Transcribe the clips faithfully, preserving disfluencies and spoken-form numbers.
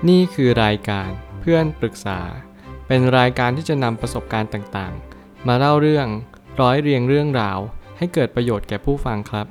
นี่คือรายการเพื่อนปรึกษาเป็นรายการที่จะนำประสบการณ์ต่างๆมาเล่าเรื่องร้อยเรียงเรื่องราวให้เกิดประโยชน์แก่ผู้ฟังครับ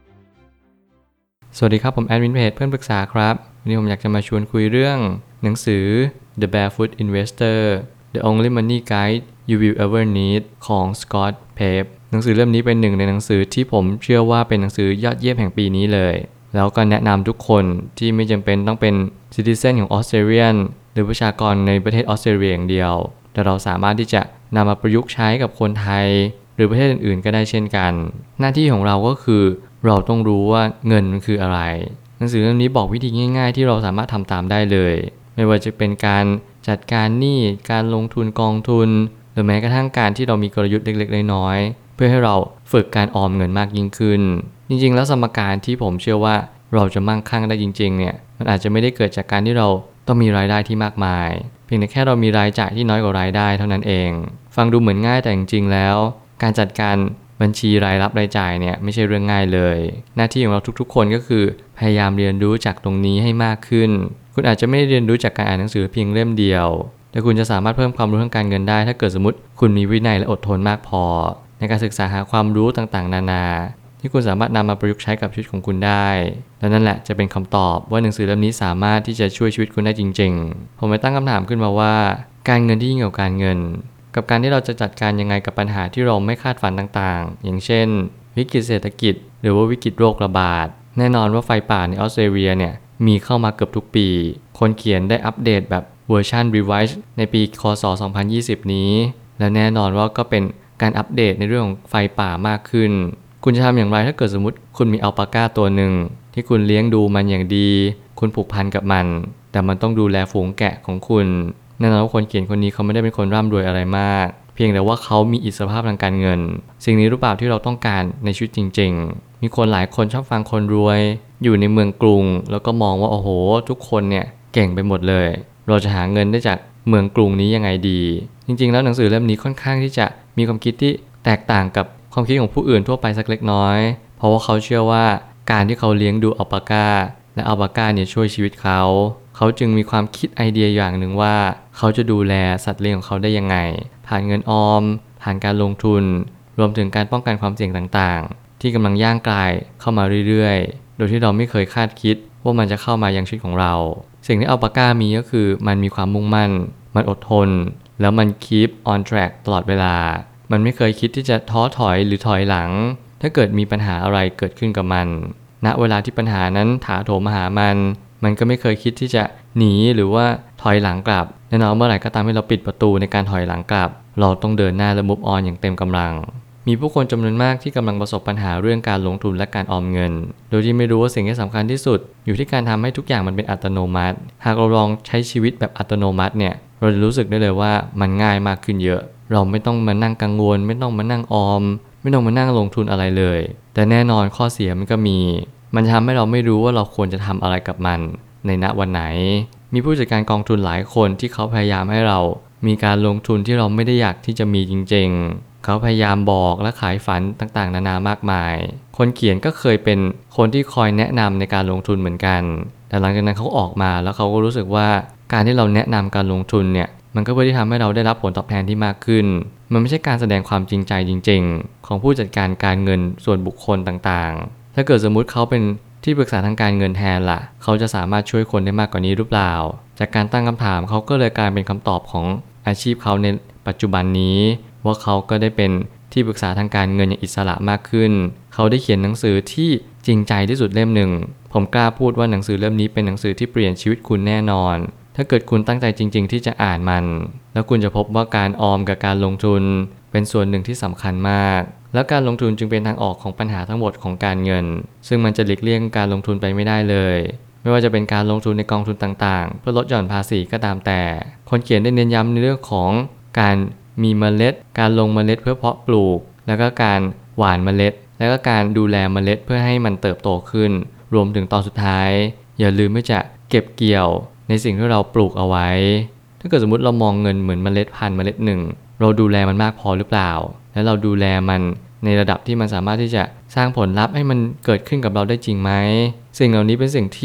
สวัสดีครับผมแอดมินเพจเพื่อนปรึกษาครับวันนี้ผมอยากจะมาชวนคุยเรื่องหนังสือ The Barefoot Investor The Only Money Guide You Will Ever Need ของ Scott Peck หนังสือเล่มนี้เป็นหนึ่งในหนังสือที่ผมเชื่อว่าเป็นหนังสือยอดเยี่ยมแห่งปีนี้เลยแล้วก็แนะนำทุกคนที่ไม่จำเป็นต้องเป็นซิติเซนของออสเตรเลียนหรือประชากรในประเทศออสเตรเลียอย่างเดียวแต่เราสามารถที่จะนำมาประยุกต์ใช้กับคนไทยหรือประเทศอื่นๆก็ได้เช่นกันหน้าที่ของเราก็คือเราต้องรู้ว่าเงินมันคืออะไรหนังสือเล่มนี้บอกวิธีง่ายๆที่เราสามารถทำตามได้เลยไม่ว่าจะเป็นการจัดการหนี้การลงทุนกองทุนหรือแม้กระทั่งการที่เรามีกลยุทธ์เล็กๆน้อยๆเพื่อให้เราฝึกการออมเงินมากยิ่งขึ้นจริงๆแล้วสมการที่ผมเชื่อว่าเราจะมั่งคั่งได้จริงๆเนี่ยมันอาจจะไม่ได้เกิดจากการที่เราต้องมีรายได้ที่มากมายเพียงแต่แค่เรามีรายจ่ายที่น้อยกว่ารายได้เท่านั้นเองฟังดูเหมือนง่ายแต่จริงๆแล้วการจัดการบัญชีรายรับรายจ่ายเนี่ยไม่ใช่เรื่องง่ายเลยหน้าที่ของเราทุกๆคนก็คือพยายามเรียนรู้จากตรงนี้ให้มากขึ้นคุณอาจจะไม่ได้เรียนรู้จากการอ่านหนังสือเพียงเล่มเดียวแต่คุณจะสามารถเพิ่มความรู้ทางการเงินได้ถ้าเกิดสมมติคุณมีวินัยและอดทนมากพอในการศึกษาหาความรู้ต่างๆนานาที่คุณสามารถนำมาประยุกต์ใช้กับชีวิตของคุณได้และนั่นแหละจะเป็นคำตอบว่าหนังสือเล่มนี้สามารถที่จะช่วยชีวิตคุณได้จริงๆผมไปตั้งคำถามขึ้นมาว่าการเงินที่ยิ่งกว่าการเงินกับการที่เราจะจัดการยังไงกับปัญหาที่เราไม่คาดฝันต่างๆอย่างเช่นวิกฤตเศรษฐกิจหรือว่าวิกฤตโรคระบาดแน่นอนว่าไฟป่าในออสเตรเลียเนี่ยมีเข้ามาเกือบทุกปีคนเขียนได้อัปเดตแบบเวอร์ชัน Revised ในปีค.ศ. สองพันยี่สิบนี้และแน่นอนว่าก็เป็นการอัปเดตในเรื่องของไฟป่ามากขึ้นคุณจะทำอย่างไรถ้าเกิดสมมติคุณมีอัลปาก้าตัวหนึ่งที่คุณเลี้ยงดูมันอย่างดีคุณผูกพันกับมันแต่มันต้องดูแลฝูงแกะของคุณแน่นอนว่าคนเขียนคนนี้เขาไม่ได้เป็นคนร่ำรวยอะไรมากเพียงแต่ว่าเขามีอิสรภาพทางการเงินสิ่งนี้รู้เปล่าที่เราต้องการในชีวิตจริงๆมีคนหลายคนชอบฟังคนรวยอยู่ในเมืองกรุงแล้วก็มองว่าโอ้โหทุกคนเนี่ยเก่งไปหมดเลยเราจะหาเงินได้จากเมืองกรุงนี้ยังไงดีจริงๆแล้วหนังสือเล่มนี้ค่อนข้างที่จะมีความคิดที่แตกต่างกับความคิดของผู้อื่นทั่วไปสักเล็กน้อยเพราะว่าเขาเชื่อว่าการที่เขาเลี้ยงดูอัลปาก้าและอัลปาก้าเนี่ยช่วยชีวิตเขาเขาจึงมีความคิดไอเดียอย่างหนึ่งว่าเขาจะดูแลสัตว์เลี้ยงของเขาได้ยังไงผ่านเงินออมผ่านการลงทุนรวมถึงการป้องกันความเสี่ยงต่างๆที่กำลังย่างกลายเข้ามาเรื่อยๆโดยที่เราไม่เคยคาดคิดว่ามันจะเข้ามายังชีวิตของเราสิ่งที่อัลปาก้ามีก็คือมันมีความมุ่งมั่นมันอดทนแล้วมัน keep on track ตลอดเวลามันไม่เคยคิดที่จะท้อถอยหรือถอยหลังถ้าเกิดมีปัญหาอะไรเกิดขึ้นกับมันณเวลาที่ปัญหานั้นถาโถมมาหามันมันก็ไม่เคยคิดที่จะหนีหรือว่าถอยหลังกลับแน่นอนเมื่อไหร่ก็ตามที่เราปิดประตูในการถอยหลังกลับเราต้องเดินหน้าและ move on อย่างเต็มกำลังมีผู้คนจำนวนมากที่กำลังประสบปัญหาเรื่องการลงทุนและการออมเงินโดยที่ไม่รู้ว่าสิ่งที่สำคัญที่สุดอยู่ที่การทำให้ทุกอย่างมันเป็นอัตโนมัติหากเราลองใช้ชีวิตแบบอัตโนมัติเนี่ยเราจะรู้สึกได้เลยว่ามันง่ายมากขึ้นเยอะเราไม่ต้องมานั่งกังวลไม่ต้องมานั่งออมไม่ต้องมานั่งลงทุนอะไรเลยแต่แน่นอนข้อเสียมันก็มีมันทำให้เราไม่รู้ว่าเราควรจะทำอะไรกับมันในณวันไหนมีผู้จัดการกองทุนหลายคนที่เขาพยายามให้เรามีการลงทุนที่เราไม่ได้อยากที่จะมีจริงๆเขาพยายามบอกและขายฝันต่างๆนานามากมายคนเขียนก็เคยเป็นคนที่คอยแนะนำในการลงทุนเหมือนกันแต่หลังจากนั้นเขาออกมาแล้วเขาก็รู้สึกว่าการที่เราแนะนำการลงทุนเนี่ยมันก็เพื่อที่ทำให้เราได้รับผลตอบแทนที่มากขึ้นมันไม่ใช่การแสดงความจริงใจจริงๆของผู้จัดการการเงินส่วนบุคคลต่างๆถ้าเกิดสมมุติเขาเป็นที่ปรึกษาทางการเงินแทนล่ะเขาจะสามารถช่วยคนได้มากกว่านี้หรือเปล่าจากการตั้งคำถามเขาก็เลยกลายเป็นคำตอบของอาชีพเขาในปัจจุบันนี้ว่าเขาก็ได้เป็นที่ปรึกษาทางการเงินอย่างอิสระมากขึ้นเขาได้เขียนหนังสือที่จริงใจที่สุดเล่มหนึ่งผมกล้าพูดว่าหนังสือเล่มนี้เป็นหนังสือที่เปลี่ยนชีวิตคุณแน่นอนถ้าเกิดคุณตั้งใจจริงๆที่จะอ่านมันแล้วคุณจะพบว่าการออมกับการลงทุนเป็นส่วนหนึ่งที่สำคัญมากแล้วการลงทุนจึงเป็นทางออกของปัญหาทั้งหมดของการเงินซึ่งมันจะหลีกเลี่ยงการลงทุนไปไม่ได้เลยไม่ว่าจะเป็นการลงทุนในกองทุนต่างๆเพื่อลดหย่อนภาษีก็ตามแต่คนเขียนได้เน้นย้ำในเรื่องของการมีเมล็ดการลงเมล็ดเพื่อเพาะปลูกแล้วก็การหว่านเมล็ดแล้วก็การดูแลเมล็ดเพื่อให้มันเติบโตขึ้นรวมถึงตอนสุดท้ายอย่าลืมที่จะเก็บเกี่ยวในสิ่งที่เราปลูกเอาไว้ถ้าเกิดสมมติเรามองเงินเหมือนเมล็ดพันธุ์เมล็ดหนึ่งเราดูแลมันมากพอหรือเปล่าและเราดูแลมันในระดับที่มันสามารถที่จะสร้างผลลัพธ์ให้มันเกิดขึ้นกับเราได้จริงไหมสิ่งเหล่านี้เป็นสิ่งที่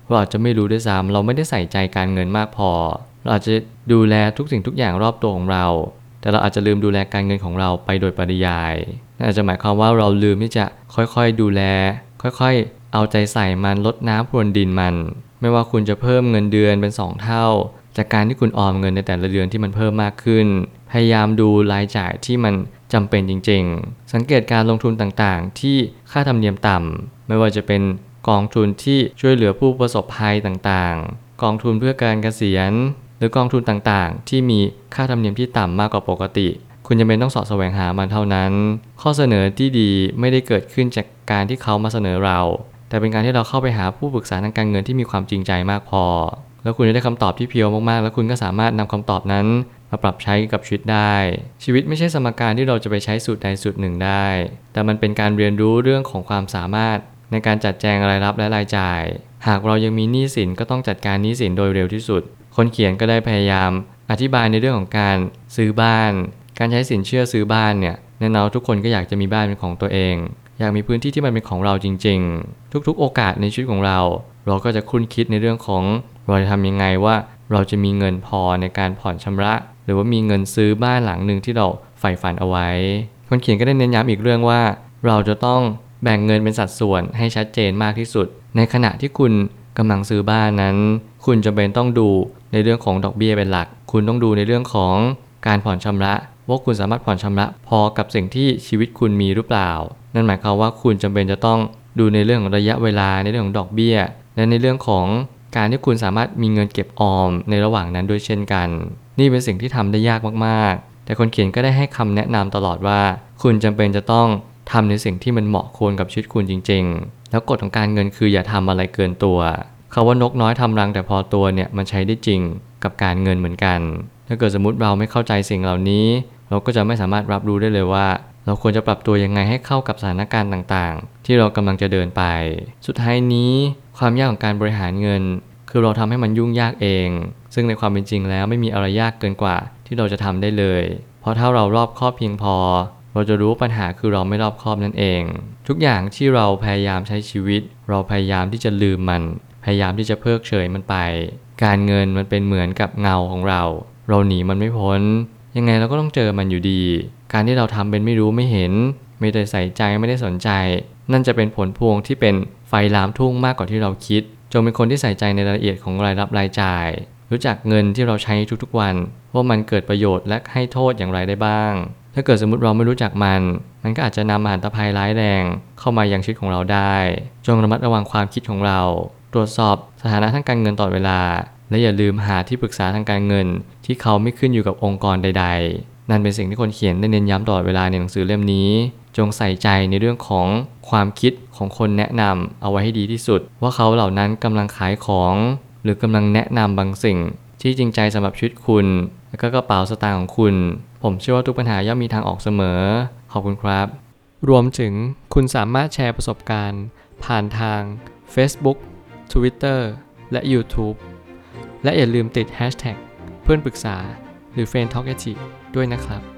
เราอาจจะไม่รู้ด้วยซ้ำเราไม่ได้ใส่ใจการเงินมากพอเราอาจจะดูแลทุกสิ่งทุกอย่างรอบตัวของเราแต่เราอาจจะลืมดูแลการเงินของเราไปโดยปริยายนั่นอาจจะหมายความว่าเราลืมที่จะค่อยๆดูแลค่อยๆเอาใจใส่มันลดน้ำพรวนดินมันไม่ว่าคุณจะเพิ่มเงินเดือนเป็นสองเท่าจากการที่คุณออมเงินในแต่ละเดือนที่มันเพิ่มมากขึ้นพยายามดูรายจ่ายที่มันจำเป็นจริงๆสังเกตการลงทุนต่างๆที่ค่าธรรมเนียมต่ำไม่ว่าจะเป็นกองทุนที่ช่วยเหลือผู้ประสบภัยต่างๆกองทุนเพื่อการเกษียณหรือกองทุนต่างๆที่มีค่าธรรมเนียมที่ต่ำมากกว่าปกติคุณจำเป็นต้องเสาะแสวงหามันเท่านั้นข้อเสนอที่ดีไม่ได้เกิดขึ้นจากการที่เขามาเสนอเราแต่เป็นการที่เราเข้าไปหาผู้ปรึกษาทางการเงินที่มีความจริงใจมากพอแล้วคุณจะได้คำตอบที่เพียวมากๆแล้วคุณก็สามารถนำคำตอบนั้นมาปรับใช้กับชีวิตได้ชีวิตไม่ใช่สมการที่เราจะไปใช้สูตรใดสูตรหนึ่งได้แต่มันเป็นการเรียนรู้เรื่องของความสามารถในการจัดแจงรายรับและรายจ่ายหากเรายังมีหนี้สินก็ต้องจัดการหนี้สินโดยเร็วที่สุดคนเขียนก็ได้พยายามอธิบายในเรื่องของการซื้อบ้านการใช้สินเชื่อซื้อบ้านเนี่ยแน่นอนทุกคนก็อยากจะมีบ้านเป็นของตัวเองอยากมีพื้นที่ที่มันเป็นของเราจริงๆทุกๆโอกาสในชีวิตของเราเราก็จะคุ้นคิดในเรื่องของเราจะทำยังไงว่าเราจะมีเงินพอในการผ่อนชำระหรือว่ามีเงินซื้อบ้านหลังหนึ่งที่เราใฝ่ฝันเอาไว้คนเขียนก็ได้เน้นย้ำอีกเรื่องว่าเราจะต้องแบ่งเงินเป็นสัดส่วนให้ชัดเจนมากที่สุดในขณะที่คุณกำลังซื้อบ้านนั้นคุณจำเป็นต้องดูในเรื่องของดอกเบี้ยเป็นหลักคุณต้องดูในเรื่องของการผ่อนชำระว่าคุณสามารถผ่อนชำระพอกับสิ่งที่ชีวิตคุณมีหรือเปล่านั่นหมายความว่าคุณจำเป็นจะต้องดูในเรื่องของระยะเวลาในเรื่องของดอกเบี้ยและในเรื่องของการที่คุณสามารถมีเงินเก็บออมในระหว่างนั้นด้วยเช่นกันนี่เป็นสิ่งที่ทำได้ยากมากๆแต่คนเขียนก็ได้ให้คำแนะนำตลอดว่าคุณจำเป็นจะต้องทำในสิ่งที่มันเหมาะควรกับชีวิตคุณจริงๆแล้วกฎของการเงินคืออย่าทำอะไรเกินตัวคำว่านกน้อยทำรังแต่พอตัวเนี่ยมันใช้ได้จริงกับการเงินเหมือนกันถ้าเกิดสมมติเราไม่เข้าใจสิ่งเหล่านี้เราก็จะไม่สามารถรับรู้ได้เลยว่าเราควรจะปรับตัวยังไงให้เข้ากับสถานการณ์ต่างๆที่เรากำลังจะเดินไปสุดท้ายนี้ความยากของการบริหารเงินคือเราทำให้มันยุ่งยากเองซึ่งในความเป็นจริงแล้วไม่มีอะไรยากเกินกว่าที่เราจะทำได้เลยเพราะถ้าเรารอบคอบเพียงพอเราจะรู้ปัญหาคือเราไม่รอบคอบนั่นเองทุกอย่างที่เราพยายามใช้ชีวิตเราพยายามที่จะลืมมันพยายามที่จะเพิกเฉยมันไปการเงินมันเป็นเหมือนกับเงาของเราเราหนีมันไม่พ้นยังไงเราก็ต้องเจอมันอยู่ดีการที่เราทำเป็นไม่รู้ไม่เห็นไม่ได้ใส่ใจไม่ได้สนใจนั่นจะเป็นผลพวงที่เป็นไฟลามทุ่งมากกว่าที่เราคิดจงเป็นคนที่ใส่ใจในรายละเอียดของรายรับรายจ่ายรู้จักเงินที่เราใช้ทุกๆวันว่ามันเกิดประโยชน์และให้โทษอย่างไรได้บ้างถ้าเกิดสมมติเราไม่รู้จักมันมันก็อาจจะนำมหันตภัยร้ายแรงเข้ามายังชีวิตของเราได้จงระมัดระวังความคิดของเราตรวจสอบสถานะทางการเงินตลอดเวลาและอย่าลืมหาที่ปรึกษาทางการเงินที่เขาไม่ขึ้นอยู่กับองค์กรใดๆนั่นเป็นสิ่งที่คนเขียนได้เน้นย้ำตลอดเวลาในหนังสือเล่มนี้จงใส่ใจในเรื่องของความคิดของคนแนะนำเอาไว้ให้ดีที่สุดว่าเขาเหล่านั้นกำลังขายของหรือกำลังแนะนำบางสิ่งที่จริงใจสำหรับชีวิตคุณและก็กระเป๋าสตางค์ของคุณผมเชื่อว่าทุกปัญหาย่อมมีทางออกเสมอขอบคุณครับรวมถึงคุณสามารถแชร์ประสบการณ์ผ่านทาง Facebook Twitter และ YouTube และอย่าลืมติด แฮชแท็ก เพื่อนปรึกษาหรือ เฟรนด์ ทอล์ก ด้วยนะครับ